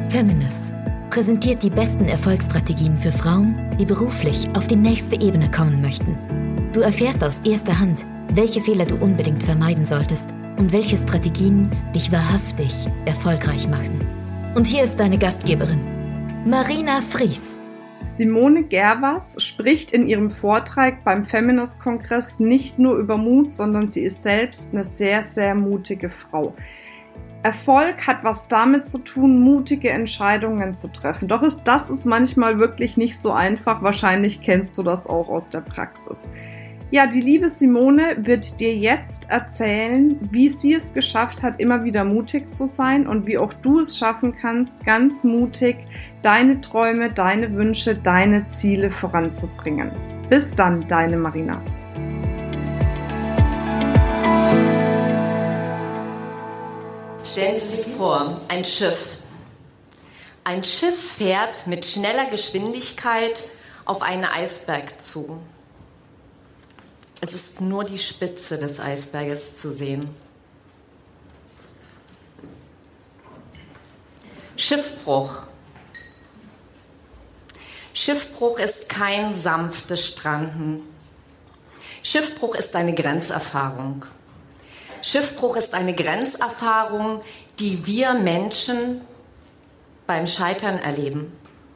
Feminist präsentiert die besten Erfolgsstrategien für Frauen, die beruflich auf die nächste Ebene kommen möchten. Du erfährst aus erster Hand, welche Fehler du unbedingt vermeiden solltest und welche Strategien dich wahrhaftig erfolgreich machen. Und hier ist deine Gastgeberin, Marina Fries. Simone Gervers spricht in ihrem Vortrag beim Feminist-Kongress nicht nur über Mut, sondern sie ist selbst eine sehr, sehr mutige Frau. Erfolg hat was damit zu tun, mutige Entscheidungen zu treffen. Doch das ist manchmal wirklich nicht so einfach. Wahrscheinlich kennst du das auch aus der Praxis. Ja, die liebe Simone wird dir jetzt erzählen, wie sie es geschafft hat, immer wieder mutig zu sein und wie auch du es schaffen kannst, ganz mutig deine Träume, deine Wünsche, deine Ziele voranzubringen. Bis dann, deine Marina. Stellen Sie sich vor, ein Schiff. Ein Schiff fährt mit schneller Geschwindigkeit auf einen Eisberg zu. Es ist nur die Spitze des Eisberges zu sehen. Schiffbruch. Schiffbruch ist kein sanftes Stranden. Schiffbruch ist eine Grenzerfahrung. Schiffbruch ist eine Grenzerfahrung, die wir Menschen beim Scheitern erleben.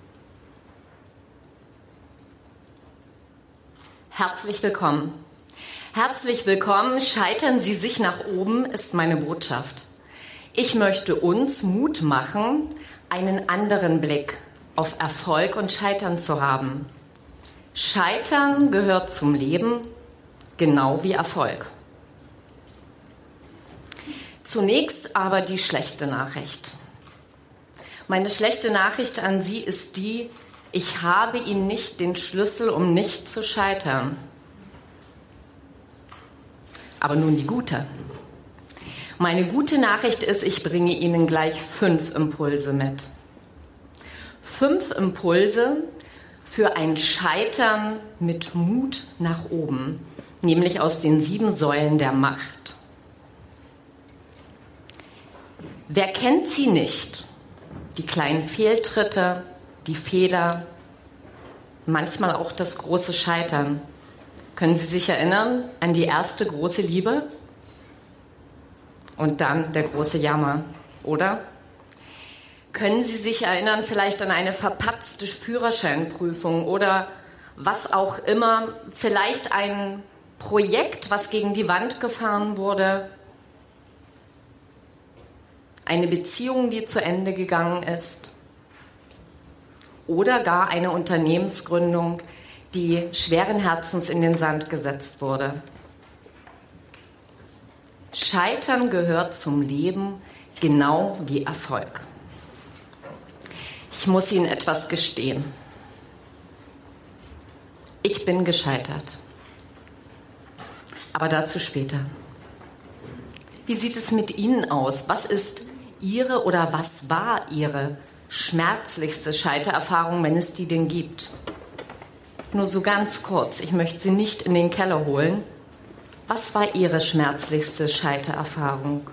Herzlich willkommen. Herzlich willkommen. Scheitern Sie sich nach oben, ist meine Botschaft. Ich möchte uns Mut machen, einen anderen Blick auf Erfolg und Scheitern zu haben. Scheitern gehört zum Leben, genau wie Erfolg. Zunächst aber die schlechte Nachricht. Meine schlechte Nachricht an Sie ist die: Ich habe Ihnen nicht den Schlüssel, um nicht zu scheitern. Aber nun die gute. Meine gute Nachricht ist, ich bringe Ihnen gleich 5 Impulse mit. 5 Impulse für ein Scheitern mit Mut nach oben, nämlich aus den 7 Säulen der Macht. Wer kennt sie nicht? Die kleinen Fehltritte, die Fehler, manchmal auch das große Scheitern. Können Sie sich erinnern an die erste große Liebe? Und dann der große Jammer, oder? Können Sie sich erinnern vielleicht an eine verpatzte Führerscheinprüfung oder was auch immer, vielleicht ein Projekt, was gegen die Wand gefahren wurde? Eine Beziehung, die zu Ende gegangen ist? Oder gar eine Unternehmensgründung, die schweren Herzens in den Sand gesetzt wurde. Scheitern gehört zum Leben, genau wie Erfolg. Ich muss Ihnen etwas gestehen. Ich bin gescheitert. Aber dazu später. Wie sieht es mit Ihnen aus? Was ist Ihre oder was war Ihre schmerzlichste Scheitererfahrung, wenn es die denn gibt? Nur so ganz kurz, ich möchte Sie nicht in den Keller holen. Was war Ihre schmerzlichste Scheitererfahrung?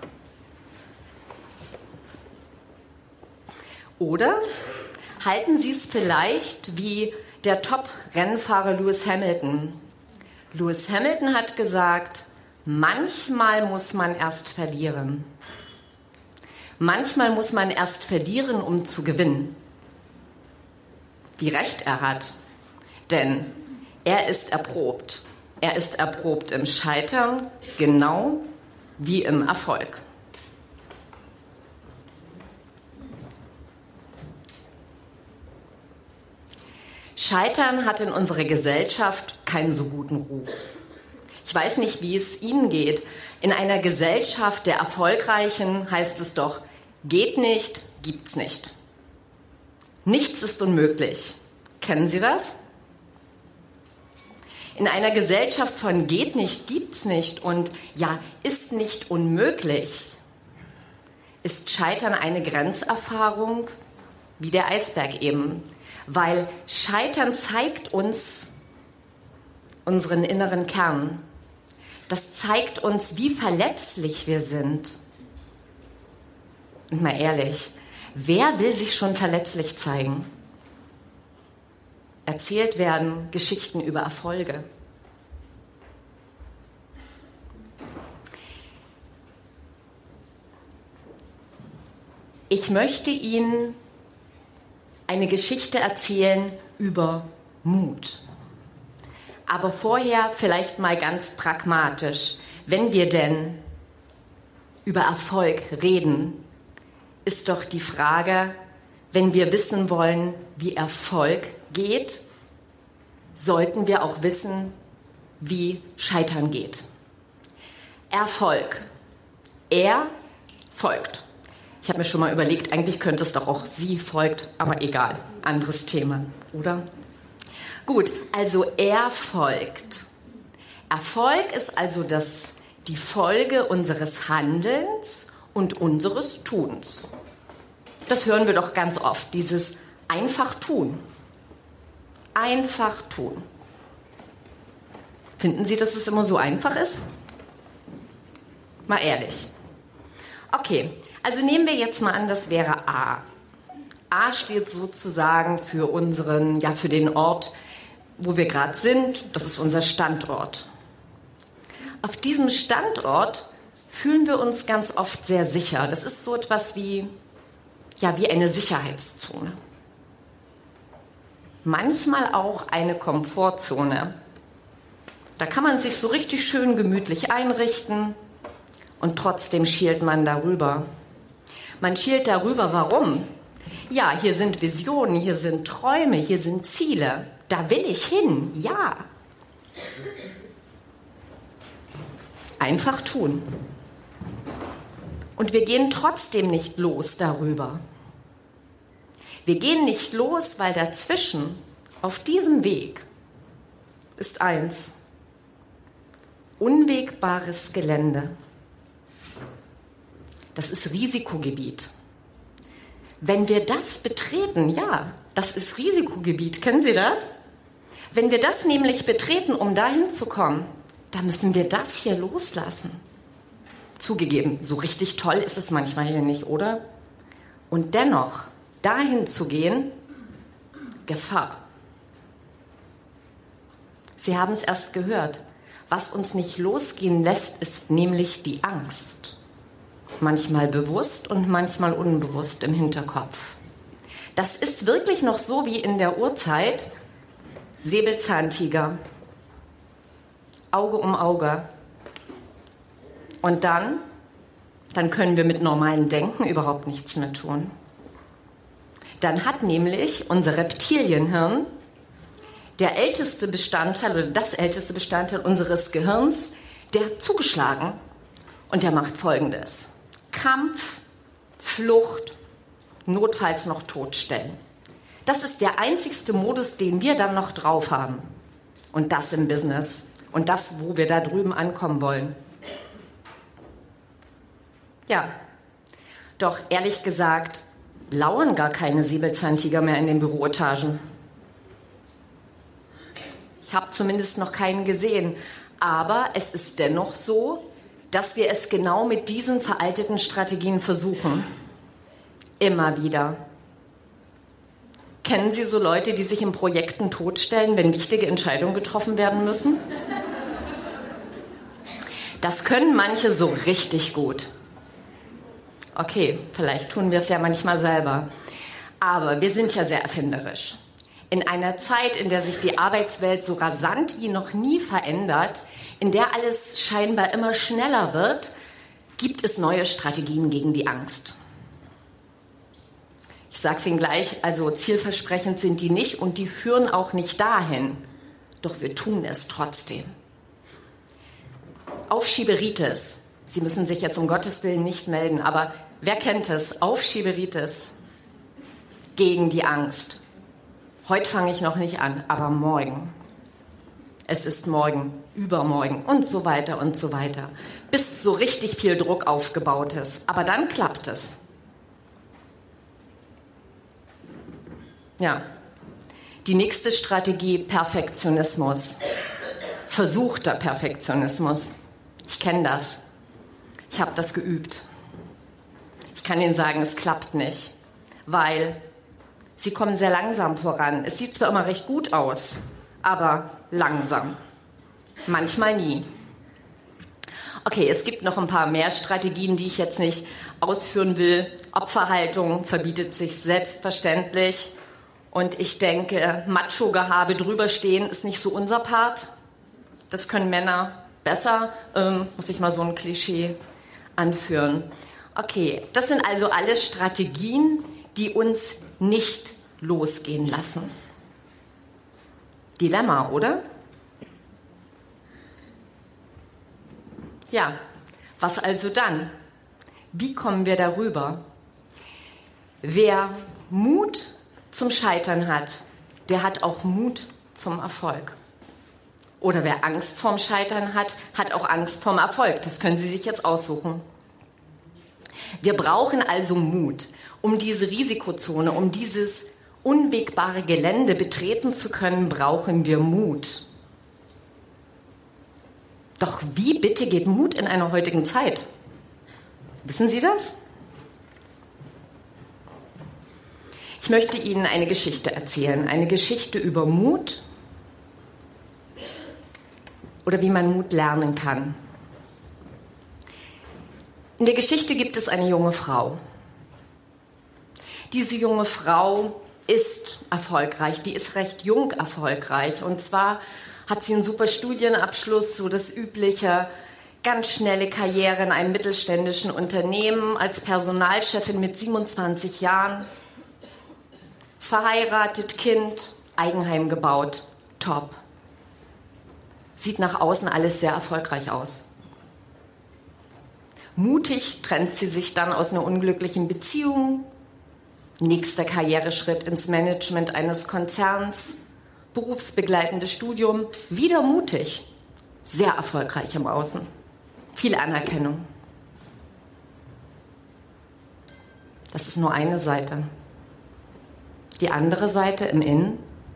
Oder halten Sie es vielleicht wie der Top-Rennfahrer Lewis Hamilton? Lewis Hamilton hat gesagt, manchmal muss man erst verlieren. Manchmal muss man erst verlieren, um zu gewinnen. Wie recht er hat, denn er ist erprobt. Er ist erprobt im Scheitern, genau wie im Erfolg. Scheitern hat in unserer Gesellschaft keinen so guten Ruf. Ich weiß nicht, wie es Ihnen geht. In einer Gesellschaft der Erfolgreichen heißt es doch, geht nicht, gibt's nicht. Nichts ist unmöglich. Kennen Sie das? In einer Gesellschaft von geht nicht, gibt's nicht und ja, ist nicht unmöglich, ist Scheitern eine Grenzerfahrung wie der Eisberg eben. Weil Scheitern zeigt uns unseren inneren Kern. Das zeigt uns, wie verletzlich wir sind. Und mal ehrlich, Wer will sich schon verletzlich zeigen? Erzählt werden Geschichten über Erfolge. Ich möchte Ihnen eine Geschichte erzählen über Mut. Aber vorher vielleicht mal ganz pragmatisch. Wenn wir denn über Erfolg reden, ist doch die Frage, wenn wir wissen wollen, wie Erfolg geht, sollten wir auch wissen, wie Scheitern geht. Erfolg. Er folgt. Ich habe mir schon mal überlegt, eigentlich könnte es doch auch sie folgt, aber egal, anderes Thema, oder? Gut, also er folgt. Erfolg ist also die Folge unseres Handelns und unseres Tuns. Das hören wir doch ganz oft, dieses einfach tun. Einfach tun. Finden Sie, dass es immer so einfach ist? Mal ehrlich. Okay, also nehmen wir jetzt mal an, das wäre A. A steht sozusagen für für den Ort, wo wir gerade sind. Das ist unser Standort. Auf diesem Standort fühlen wir uns ganz oft sehr sicher. Das ist so etwas wie eine Sicherheitszone. Manchmal auch eine Komfortzone. Da kann man sich so richtig schön gemütlich einrichten und trotzdem schielt man darüber. Man schielt darüber, warum? Ja, hier sind Visionen, hier sind Träume, hier sind Ziele. Da will ich hin, ja. Einfach tun. Und wir gehen trotzdem nicht los darüber. Wir gehen nicht los, weil dazwischen, auf diesem Weg, ist eins: unwegbares Gelände. Das ist Risikogebiet. Wenn wir das betreten, ja, das ist Risikogebiet, kennen Sie das? Wenn wir das nämlich betreten, um dahin zu kommen, dann müssen wir das hier loslassen. Zugegeben, so richtig toll ist es manchmal hier nicht, oder? Und dennoch, dahin zu gehen, Gefahr. Sie haben es erst gehört. Was uns nicht losgehen lässt, ist nämlich die Angst. Manchmal bewusst und manchmal unbewusst im Hinterkopf. Das ist wirklich noch so wie in der Urzeit. Säbelzahntiger. Auge um Auge. Und dann können wir mit normalem Denken überhaupt nichts mehr tun. Dann hat nämlich unser Reptilienhirn das älteste Bestandteil unseres Gehirns, der hat zugeschlagen und der macht Folgendes: Kampf, Flucht, notfalls noch totstellen. Das ist der einzigste Modus, den wir dann noch drauf haben. Und das im Business. Und das, wo wir da drüben ankommen wollen. Ja, doch ehrlich gesagt lauern gar keine Säbelzahntiger mehr in den Büroetagen. Ich habe zumindest noch keinen gesehen. Aber es ist dennoch so, dass wir es genau mit diesen veralteten Strategien versuchen. Immer wieder. Kennen Sie so Leute, die sich in Projekten totstellen, wenn wichtige Entscheidungen getroffen werden müssen? Das können manche so richtig gut. Okay, vielleicht tun wir es ja manchmal selber. Aber wir sind ja sehr erfinderisch. In einer Zeit, in der sich die Arbeitswelt so rasant wie noch nie verändert, in der alles scheinbar immer schneller wird, gibt es neue Strategien gegen die Angst. Ich sage es Ihnen gleich, also zielversprechend sind die nicht und die führen auch nicht dahin. Doch wir tun es trotzdem. Aufschieberitis. Sie müssen sich jetzt um Gottes Willen nicht melden, aber wer kennt es? Aufschieberitis gegen die Angst. Heute fange ich noch nicht an, aber morgen. Es ist morgen, übermorgen und so weiter und so weiter. Bis so richtig viel Druck aufgebaut ist. Aber dann klappt es. Ja, die nächste Strategie: Perfektionismus. Versuchter Perfektionismus. Ich kenne das. Ich habe das geübt. Ich kann Ihnen sagen, es klappt nicht. weil sie kommen sehr langsam voran. Es sieht zwar immer recht gut aus, aber langsam. Manchmal nie. Okay, es gibt noch ein paar mehr Strategien, die ich jetzt nicht ausführen will. Opferhaltung verbietet sich selbstverständlich. Und ich denke, Macho-Gehabe drüberstehen ist nicht so unser Part. Das können Männer besser. Muss ich mal so ein Klischee anführen. Okay, das sind also alles Strategien, die uns nicht losgehen lassen. Dilemma, oder? Ja, was also dann? Wie kommen wir darüber? Wer Mut zum Scheitern hat, der hat auch Mut zum Erfolg. Oder wer Angst vorm Scheitern hat, hat auch Angst vorm Erfolg. Das können Sie sich jetzt aussuchen. Wir brauchen also Mut, um diese Risikozone, um dieses unwegbare Gelände betreten zu können, brauchen wir Mut. Doch wie bitte geht Mut in einer heutigen Zeit? Wissen Sie das? Ich möchte Ihnen eine Geschichte erzählen, eine Geschichte über Mut oder wie man Mut lernen kann. In der Geschichte gibt es eine junge Frau. Diese junge Frau ist erfolgreich, die ist recht jung erfolgreich. Und zwar hat sie einen super Studienabschluss, so das übliche, ganz schnelle Karriere in einem mittelständischen Unternehmen als Personalchefin mit 27 Jahren. Verheiratet, Kind, Eigenheim gebaut, top. Sieht nach außen alles sehr erfolgreich aus. Mutig trennt sie sich dann aus einer unglücklichen Beziehung. Nächster Karriereschritt ins Management eines Konzerns. Berufsbegleitendes Studium. Wieder mutig. Sehr erfolgreich im Außen. Viel Anerkennung. Das ist nur eine Seite. Die andere Seite im Innen.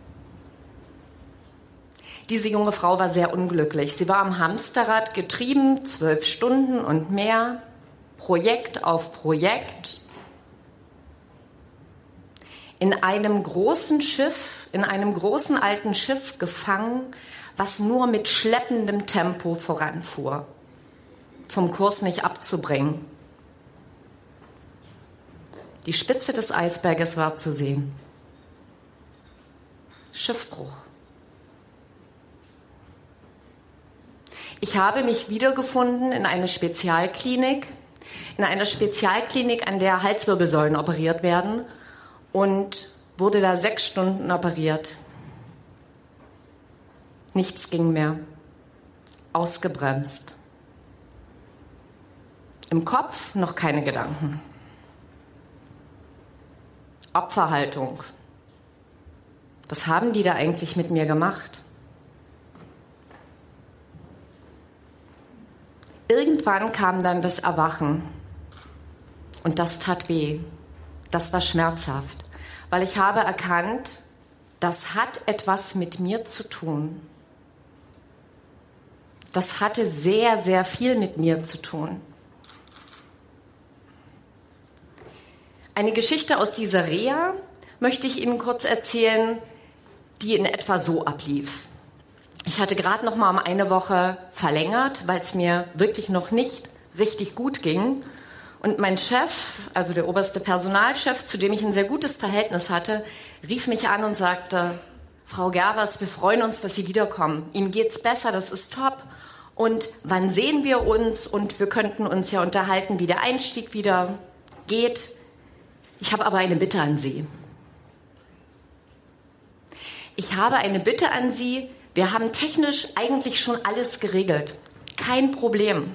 Diese junge Frau war sehr unglücklich. Sie war am Hamsterrad getrieben, 12 Stunden und mehr, Projekt auf Projekt. In einem großen Schiff, in einem großen alten Schiff gefangen, was nur mit schleppendem Tempo voranfuhr, vom Kurs nicht abzubringen. Die Spitze des Eisberges war zu sehen. Schiffbruch. Ich habe mich wiedergefunden in einer Spezialklinik, an der Halswirbelsäulen operiert werden und wurde da 6 Stunden operiert. Nichts ging mehr. Ausgebremst. Im Kopf noch keine Gedanken. Opferhaltung. Was haben die da eigentlich mit mir gemacht? Irgendwann kam dann das Erwachen. Und das tat weh. Das war schmerzhaft. Weil ich habe erkannt, das hat etwas mit mir zu tun. Das hatte sehr, sehr viel mit mir zu tun. Eine Geschichte aus dieser Reha möchte ich Ihnen kurz erzählen, die in etwa so ablief. Ich hatte gerade noch mal um eine Woche verlängert, weil es mir wirklich noch nicht richtig gut ging. Und mein Chef, also der oberste Personalchef, zu dem ich ein sehr gutes Verhältnis hatte, rief mich an und sagte, Frau Gervers, wir freuen uns, dass Sie wiederkommen. Ihnen geht's besser, das ist top. Und wann sehen wir uns? Und wir könnten uns ja unterhalten, wie der Einstieg wieder geht. Ich habe aber eine Bitte an Sie. Ich habe eine Bitte an Sie. Wir haben technisch eigentlich schon alles geregelt. Kein Problem.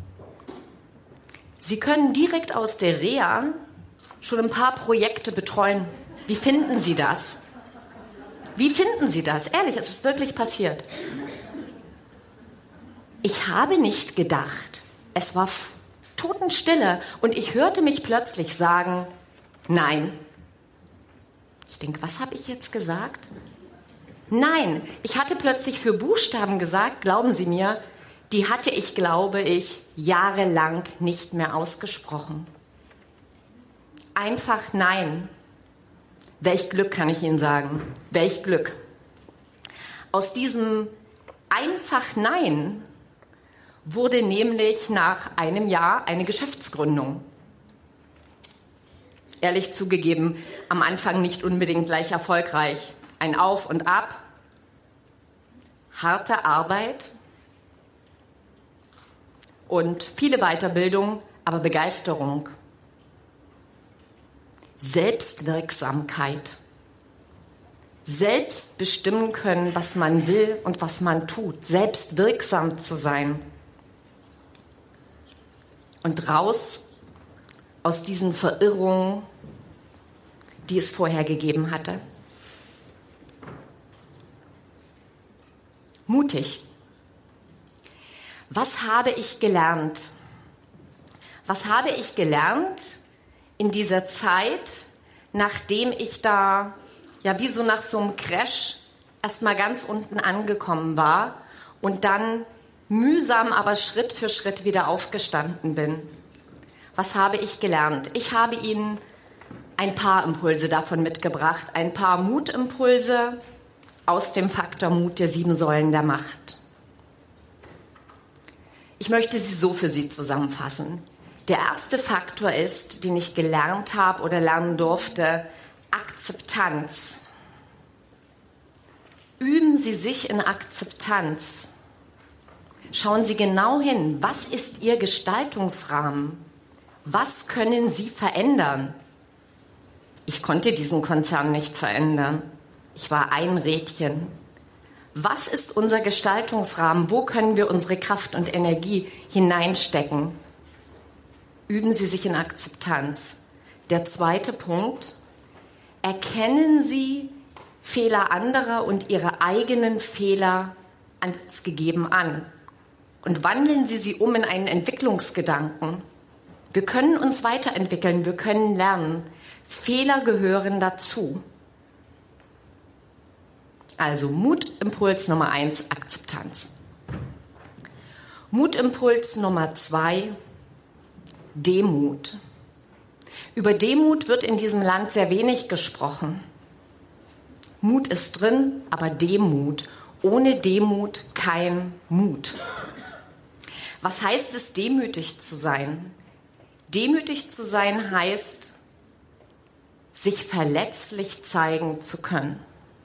Sie können direkt aus der Reha schon ein paar Projekte betreuen. Wie finden Sie das? Wie finden Sie das? Ehrlich, es ist wirklich passiert. Ich habe nicht gedacht. Es war Totenstille und ich hörte mich plötzlich sagen, nein. Ich denke, was habe ich jetzt gesagt? Nein, ich hatte plötzlich für Buchstaben gesagt, glauben Sie mir, die hatte ich, glaube ich, jahrelang nicht mehr ausgesprochen. Einfach nein. Welch Glück, kann ich Ihnen sagen. Welch Glück. Aus diesem einfach Nein wurde nämlich nach einem Jahr eine Geschäftsgründung. Ehrlich zugegeben, am Anfang nicht unbedingt gleich erfolgreich. Ein Auf und Ab, harte Arbeit und viele Weiterbildung, aber Begeisterung. Selbstwirksamkeit. Selbst bestimmen können, was man will und was man tut. Selbstwirksam zu sein. Und raus aus diesen Verirrungen, die es vorher gegeben hatte. Mutig. Was habe ich gelernt? Was habe ich gelernt in dieser Zeit, nachdem ich da, ja wie so nach so einem Crash, erst mal ganz unten angekommen war und dann mühsam, aber Schritt für Schritt wieder aufgestanden bin? Was habe ich gelernt? Ich habe Ihnen ein paar Impulse davon mitgebracht, ein paar Mutimpulse aus dem Faktor Mut der 7 Säulen der Macht. Ich möchte sie so für Sie zusammenfassen. Der erste Faktor ist, den ich gelernt habe oder lernen durfte, Akzeptanz. Üben Sie sich in Akzeptanz. Schauen Sie genau hin, was ist Ihr Gestaltungsrahmen? Was können Sie verändern? Ich konnte diesen Konzern nicht verändern. Ich war ein Rädchen. Was ist unser Gestaltungsrahmen? Wo können wir unsere Kraft und Energie hineinstecken? Üben Sie sich in Akzeptanz. Der zweite Punkt: Erkennen Sie Fehler anderer und Ihre eigenen Fehler als gegeben an und wandeln Sie sie um in einen Entwicklungsgedanken. Wir können uns weiterentwickeln, wir können lernen. Fehler gehören dazu. Also Mutimpuls Nummer 1, Akzeptanz. Mutimpuls Nummer 2, Demut. Über Demut wird in diesem Land sehr wenig gesprochen. Mut ist drin, aber Demut. Ohne Demut kein Mut. Was heißt es, demütig zu sein? Demütig zu sein heißt, sich verletzlich zeigen zu können.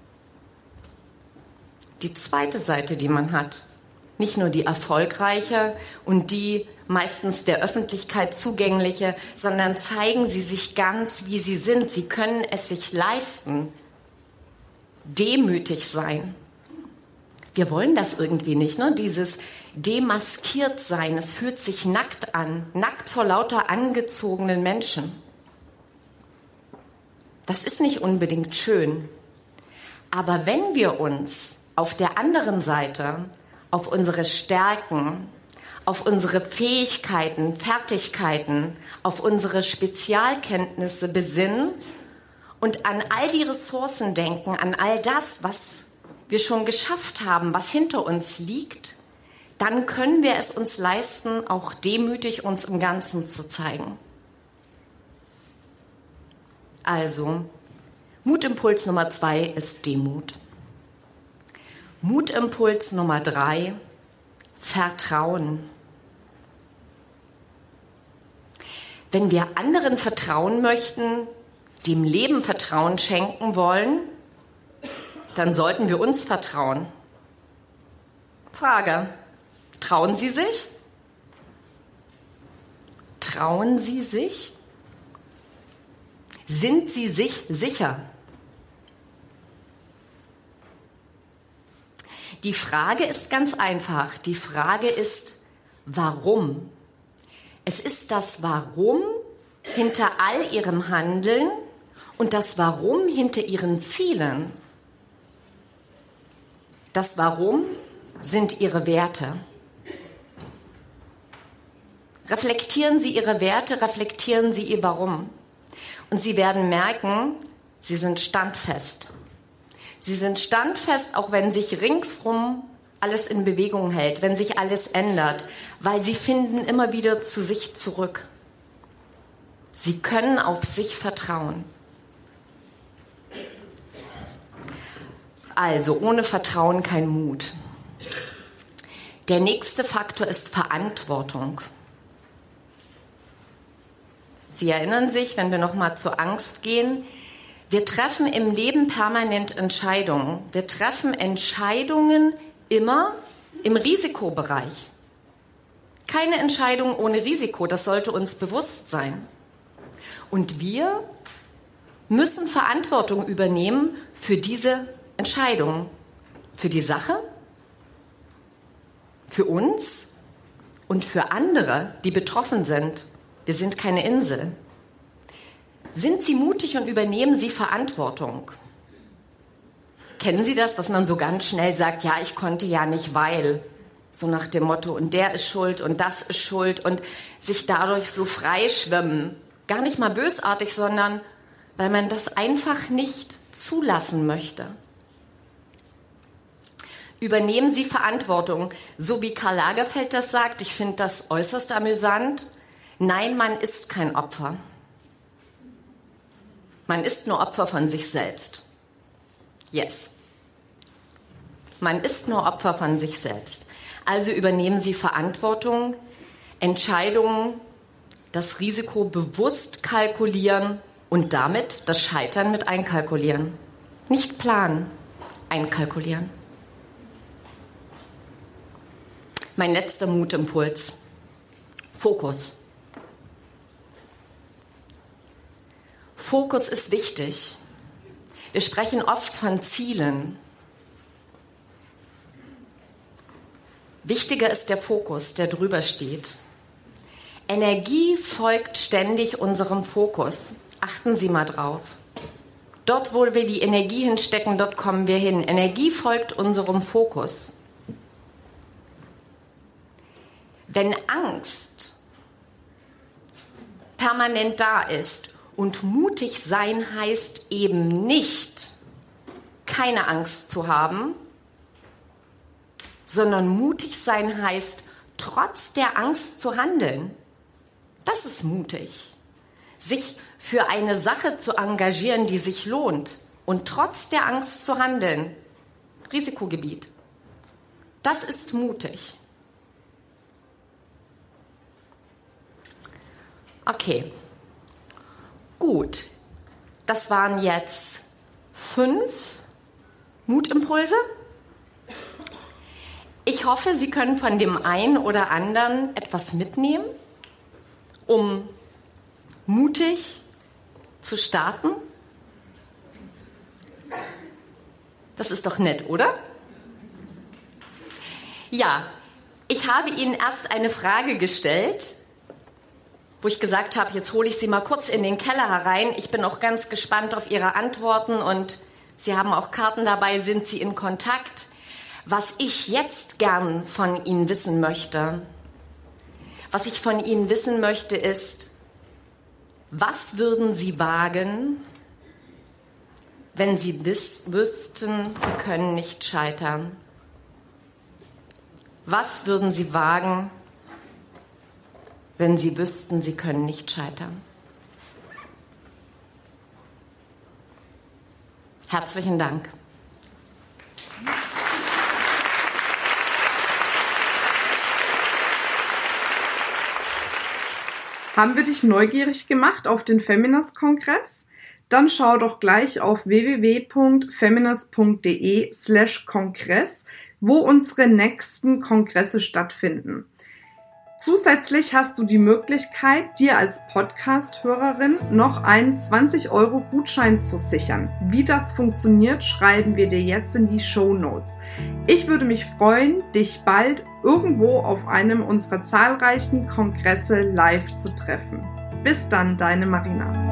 Die zweite Seite, die man hat, nicht nur die erfolgreiche und die meistens der Öffentlichkeit zugängliche, sondern zeigen Sie sich ganz, wie Sie sind. Sie können es sich leisten. Demütig sein. Wir wollen das irgendwie nicht, ne? Dieses demaskiert sein, es fühlt sich nackt an, nackt vor lauter angezogenen Menschen. Das ist nicht unbedingt schön. Aber wenn wir uns auf der anderen Seite auf unsere Stärken, auf unsere Fähigkeiten, Fertigkeiten, auf unsere Spezialkenntnisse besinnen und an all die Ressourcen denken, an all das, was wir schon geschafft haben, was hinter uns liegt, dann können wir es uns leisten, auch demütig uns im Ganzen zu zeigen. Also, Mutimpuls Nummer 2 ist Demut. Mutimpuls Nummer 3, Vertrauen. Wenn wir anderen vertrauen möchten, dem Leben Vertrauen schenken wollen, dann sollten wir uns vertrauen. Frage: Trauen Sie sich? Trauen Sie sich? Sind Sie sich sicher? Die Frage ist ganz einfach. Die Frage ist, warum? Es ist das Warum hinter all Ihrem Handeln und das Warum hinter Ihren Zielen. Das Warum sind Ihre Werte. Reflektieren Sie Ihre Werte, reflektieren Sie Ihr Warum. Und Sie werden merken, Sie sind standfest. Sie sind standfest, auch wenn sich ringsrum alles in Bewegung hält, wenn sich alles ändert, weil Sie finden immer wieder zu sich zurück. Sie können auf sich vertrauen. Also ohne Vertrauen kein Mut. Der nächste Faktor ist Verantwortung. Sie erinnern sich, wenn wir nochmal zur Angst gehen, wir treffen im Leben permanent Entscheidungen. Wir treffen Entscheidungen immer im Risikobereich. Keine Entscheidung ohne Risiko, das sollte uns bewusst sein. Und wir müssen Verantwortung übernehmen für diese Entscheidungen, für die Sache, für uns und für andere, die betroffen sind. Wir sind keine Insel. Sind Sie mutig und übernehmen Sie Verantwortung? Kennen Sie das, dass man so ganz schnell sagt, ja, ich konnte ja nicht, weil, so nach dem Motto, und der ist schuld und das ist schuld und sich dadurch so freischwimmen. Gar nicht mal bösartig, sondern weil man das einfach nicht zulassen möchte. Übernehmen Sie Verantwortung, so wie Karl Lagerfeld das sagt. Ich finde das äußerst amüsant. Nein, man ist kein Opfer. Man ist nur Opfer von sich selbst. Yes. Man ist nur Opfer von sich selbst. Also übernehmen Sie Verantwortung, Entscheidungen, das Risiko bewusst kalkulieren und damit das Scheitern mit einkalkulieren. Nicht planen, einkalkulieren. Mein letzter Mutimpuls. Fokus. Fokus ist wichtig. Wir sprechen oft von Zielen. Wichtiger ist der Fokus, der drüber steht. Energie folgt ständig unserem Fokus. Achten Sie mal drauf. Dort, wo wir die Energie hinstecken, dort kommen wir hin. Energie folgt unserem Fokus. Wenn Angst permanent da ist und mutig sein heißt eben nicht, keine Angst zu haben, sondern mutig sein heißt, trotz der Angst zu handeln. Das ist mutig. Sich für eine Sache zu engagieren, die sich lohnt und trotz der Angst zu handeln. Risikogebiet. Das ist mutig. Okay, gut. Das waren jetzt 5 Mutimpulse. Ich hoffe, Sie können von dem einen oder anderen etwas mitnehmen, um mutig zu starten. Das ist doch nett, oder? Ja, ich habe Ihnen erst eine Frage gestellt, wo ich gesagt habe, jetzt hole ich Sie mal kurz in den Keller herein. Ich bin auch ganz gespannt auf Ihre Antworten und Sie haben auch Karten dabei, sind Sie in Kontakt? Was ich jetzt gern von Ihnen wissen möchte, was ich von Ihnen wissen möchte, ist, was würden Sie wagen, wenn Sie wüssten, Sie können nicht scheitern? Was würden Sie wagen, wenn Sie wüssten, Sie können nicht scheitern? Herzlichen Dank. Haben wir dich neugierig gemacht auf den Feminist-Kongress? Dann schau doch gleich auf www.feminist.de/Kongress, wo unsere nächsten Kongresse stattfinden. Zusätzlich hast du die Möglichkeit, dir als Podcast-Hörerin noch einen 20-Euro-Gutschein zu sichern. Wie das funktioniert, schreiben wir dir jetzt in die Shownotes. Ich würde mich freuen, dich bald irgendwo auf einem unserer zahlreichen Kongresse live zu treffen. Bis dann, deine Marina.